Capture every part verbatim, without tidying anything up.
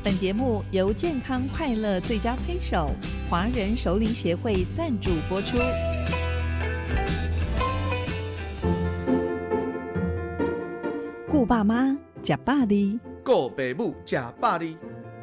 本节目由健康快乐最佳推手华人熟龄协会赞助播出。顾爸妈吃饱的， 顾爸母吃饱的。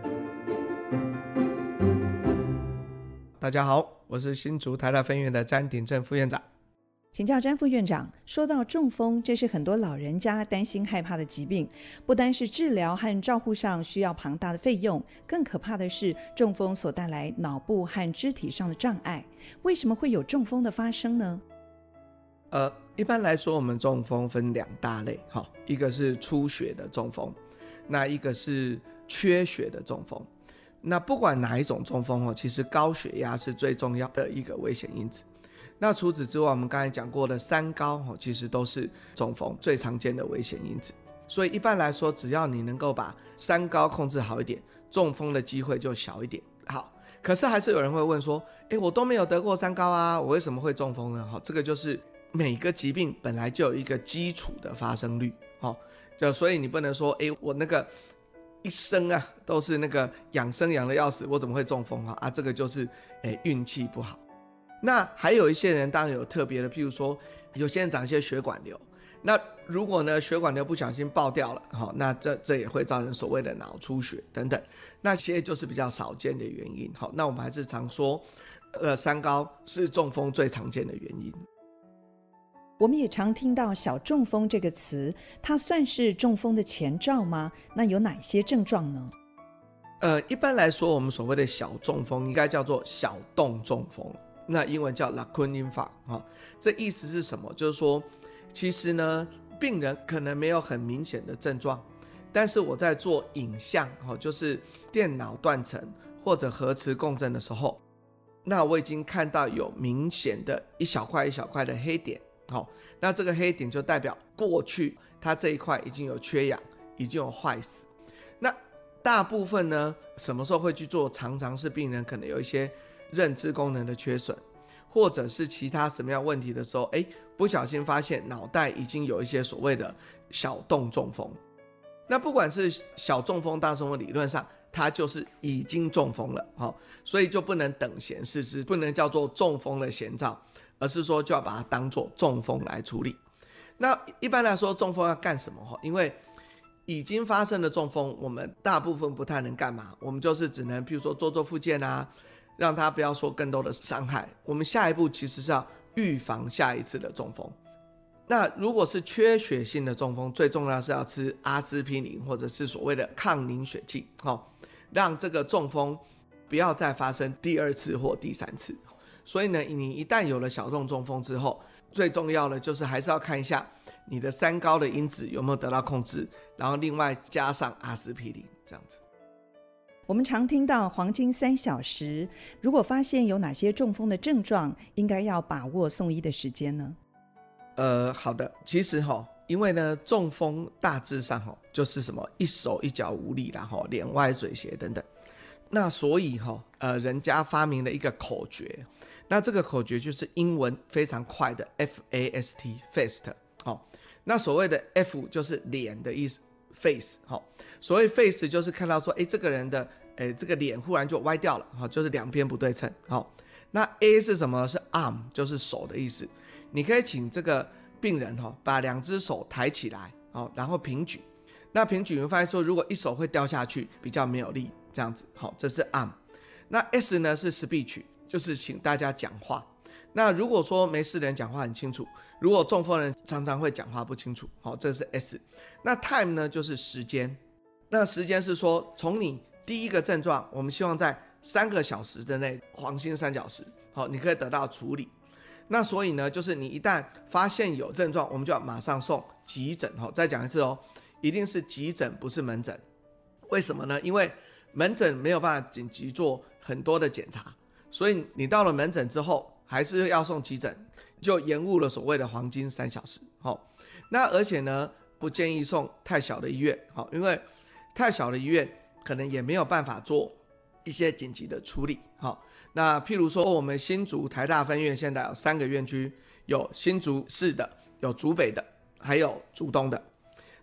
大家好，我是新竹台大分院的詹鼎正副院长。 请教詹副院长，说到中风，这是很多老人家担心害怕的疾病，不单是治疗和照护上需要庞大的费用，更可怕的是中风所带来脑部和肢体上的障碍。为什么会有中风的发生呢？ 呃，一般来说，我们中风分两大类，一个是出血的中风，那一个是缺血的中风。那不管哪一种中风，其实高血压是最重要的一个危险因子。那除此之外，我们刚才讲过的三高其实都是中风最常见的危险因子。所以一般来说，只要你能够把三高控制好一点，中风的机会就小一点。好，可是还是有人会问说，诶，我都没有得过三高啊，我为什么会中风呢？好，这个就是每个疾病本来就有一个基础的发生率。好，就所以你不能说，诶，我那个一生啊都是那个养生养的要死，我怎么会中风啊？啊，这个就是诶运气不好。那还有一些人当然有特别的，譬如说有些人长一些血管瘤，那如果呢血管瘤不小心爆掉了，哦、那 这, 这也会造成所谓的脑出血等等，那些就是比较少见的原因。好，那我们还是常说呃，三高是中风最常见的原因。 我们也常听到小中风这个词，它算是中风的前兆吗？那有哪些症状呢？ 呃，一般来说我们所谓的小中风应该叫做小动中风，那英文叫 Lacunar Infarct、哦、这意思是什么？就是说其实呢病人可能没有很明显的症状，但是我在做影像、哦、就是电脑断层或者核磁共振的时候，那我已经看到有明显的一小块一小块的黑点、哦、那这个黑点就代表过去它这一块已经有缺氧，已经有坏死。那大部分呢什么时候会去做？常常是病人可能有一些认知功能的缺损，或者是其他什么样问题的时候，哎，不小心发现脑袋已经有一些所谓的小动中风。那不管是小中风大中风，理论上它就是已经中风了、哦、所以就不能等闲视之，不能叫做中风的前兆，而是说就要把它当作中风来处理。那一般来说中风要干什么？因为已经发生的中风我们大部分不太能干嘛，我们就是只能譬如说做做复健啊，让他不要受更多的伤害。我们下一步其实是要预防下一次的中风。那如果是缺血性的中风，最重要是要吃阿司匹林或者是所谓的抗凝血剂、哦、让这个中风不要再发生第二次或第三次。所以呢，你一旦有了小动中风之后，最重要的就是还是要看一下你的三高的因子有没有得到控制，然后另外加上阿司匹林这样子。 我们常听到黄金三小时，如果发现有哪些中风的症状，应该要把握送医的时间呢？ 呃，好的，其实哈、哦，因为呢，中风大致上哈、哦、就是什么一手一脚无力啦，哈、哦，脸歪嘴斜等等。那所以哈、哦，呃，人家发明了一个口诀，那这个口诀就是英文非常快的 F A S T fast。哦，那所谓的 F 就是脸的意思 face、哦、所谓 face 就是看到说诶这个人的诶这个脸忽然就歪掉了、哦、就是两边不对称、哦、那 A 是什么？是 arm， 就是手的意思。你可以请这个病人、哦、把两只手抬起来、哦、然后平举。那平举你会发现说如果一手会掉下去比较没有力，这样子、哦、这是 arm。 那 S 呢是 speech， 就是请大家讲话。那如果说没事的人讲话很清楚，如果中风的人常常会讲话不清楚、哦、这是 S。 那 time 呢就是时间，那时间是说从你第一个症状，我们希望在三个小时的内，黄金三小时、哦、你可以得到处理。那所以呢就是你一旦发现有症状，我们就要马上送急诊、哦、再讲一次哦，一定是急诊不是门诊。为什么呢？因为门诊没有办法紧急做很多的检查，所以你到了门诊之后还是要送急诊，就延误了所谓的黄金三小时、哦、那而且呢不建议送太小的医院、哦、因为太小的医院可能也没有办法做一些紧急的处理、哦、那譬如说我们新竹台大分院现在有三个院区，有新竹市的，有竹北的，还有竹东的。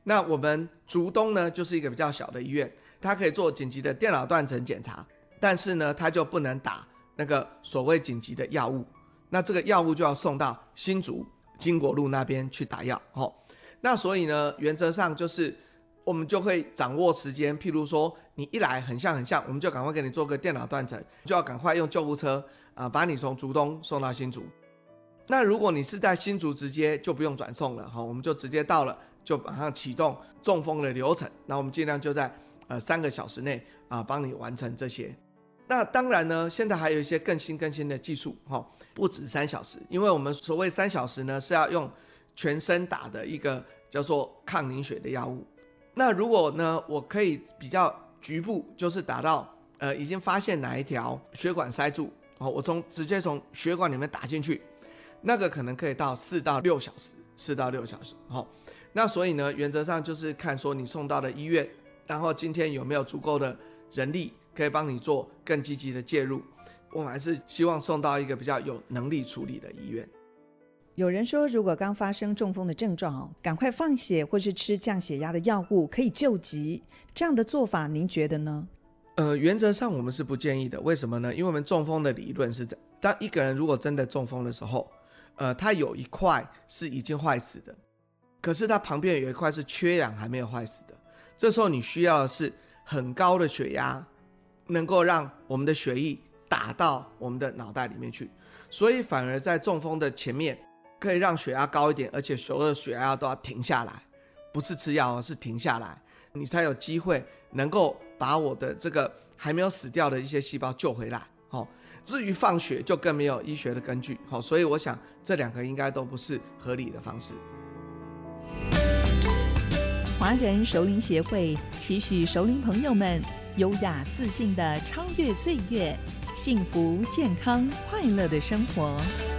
那我们竹东呢，就是一个比较小的医院，它可以做紧急的电脑断层检查，但是呢，它就不能打那个所谓紧急的药物。那这个药物就要送到新竹经国路那边去打药、哦、那所以呢，原则上就是我们就会掌握时间，譬如说你一来很像很像，我们就赶快给你做个电脑断层，就要赶快用救护车、呃、把你从竹东送到新竹。那如果你是在新竹直接就不用转送了、哦、我们就直接到了，就马上启动中风的流程，那我们尽量就在呃三个小时内啊帮你完成这些。那当然呢，现在还有一些更新更新的技术、哦、不止三小时，因为我们所谓三小时呢是要用全身打的一个叫做抗凝血的药物。那如果呢我可以比较局部，就是打到呃已经发现哪一条血管塞住、哦、我从直接从血管里面打进去，那个可能可以到四到六小时，四到六小时、哦、那所以呢，原则上就是看说你送到的医院，然后今天有没有足够的人力可以帮你做更积极的介入。我们还是希望送到一个比较有能力处理的医院。 有人说，如果刚发生中风的症状，赶快放血或是吃降血压的药物可以救急，这样的做法您觉得呢？ 呃，原则上我们是不建议的。为什么呢？因为我们中风的理论是这，当一个人如果真的中风的时候，呃，他有一块是已经坏死的，可是他旁边有一块是缺氧还没有坏死的，这时候你需要的是很高的血压，能够让我们的血液打到我们的脑袋里面去，所以反而在中风的前面可以让血压高一点，而且所有的血压都要停下来，不是吃药，是停下来，你才有机会能够把我的这个还没有死掉的一些细胞救回来、哦、至于放血就更没有医学的根据、哦、所以我想这两个应该都不是合理的方式。 华人熟龄协会期许熟龄朋友们优雅自信地超越岁月，幸福健康快乐的生活。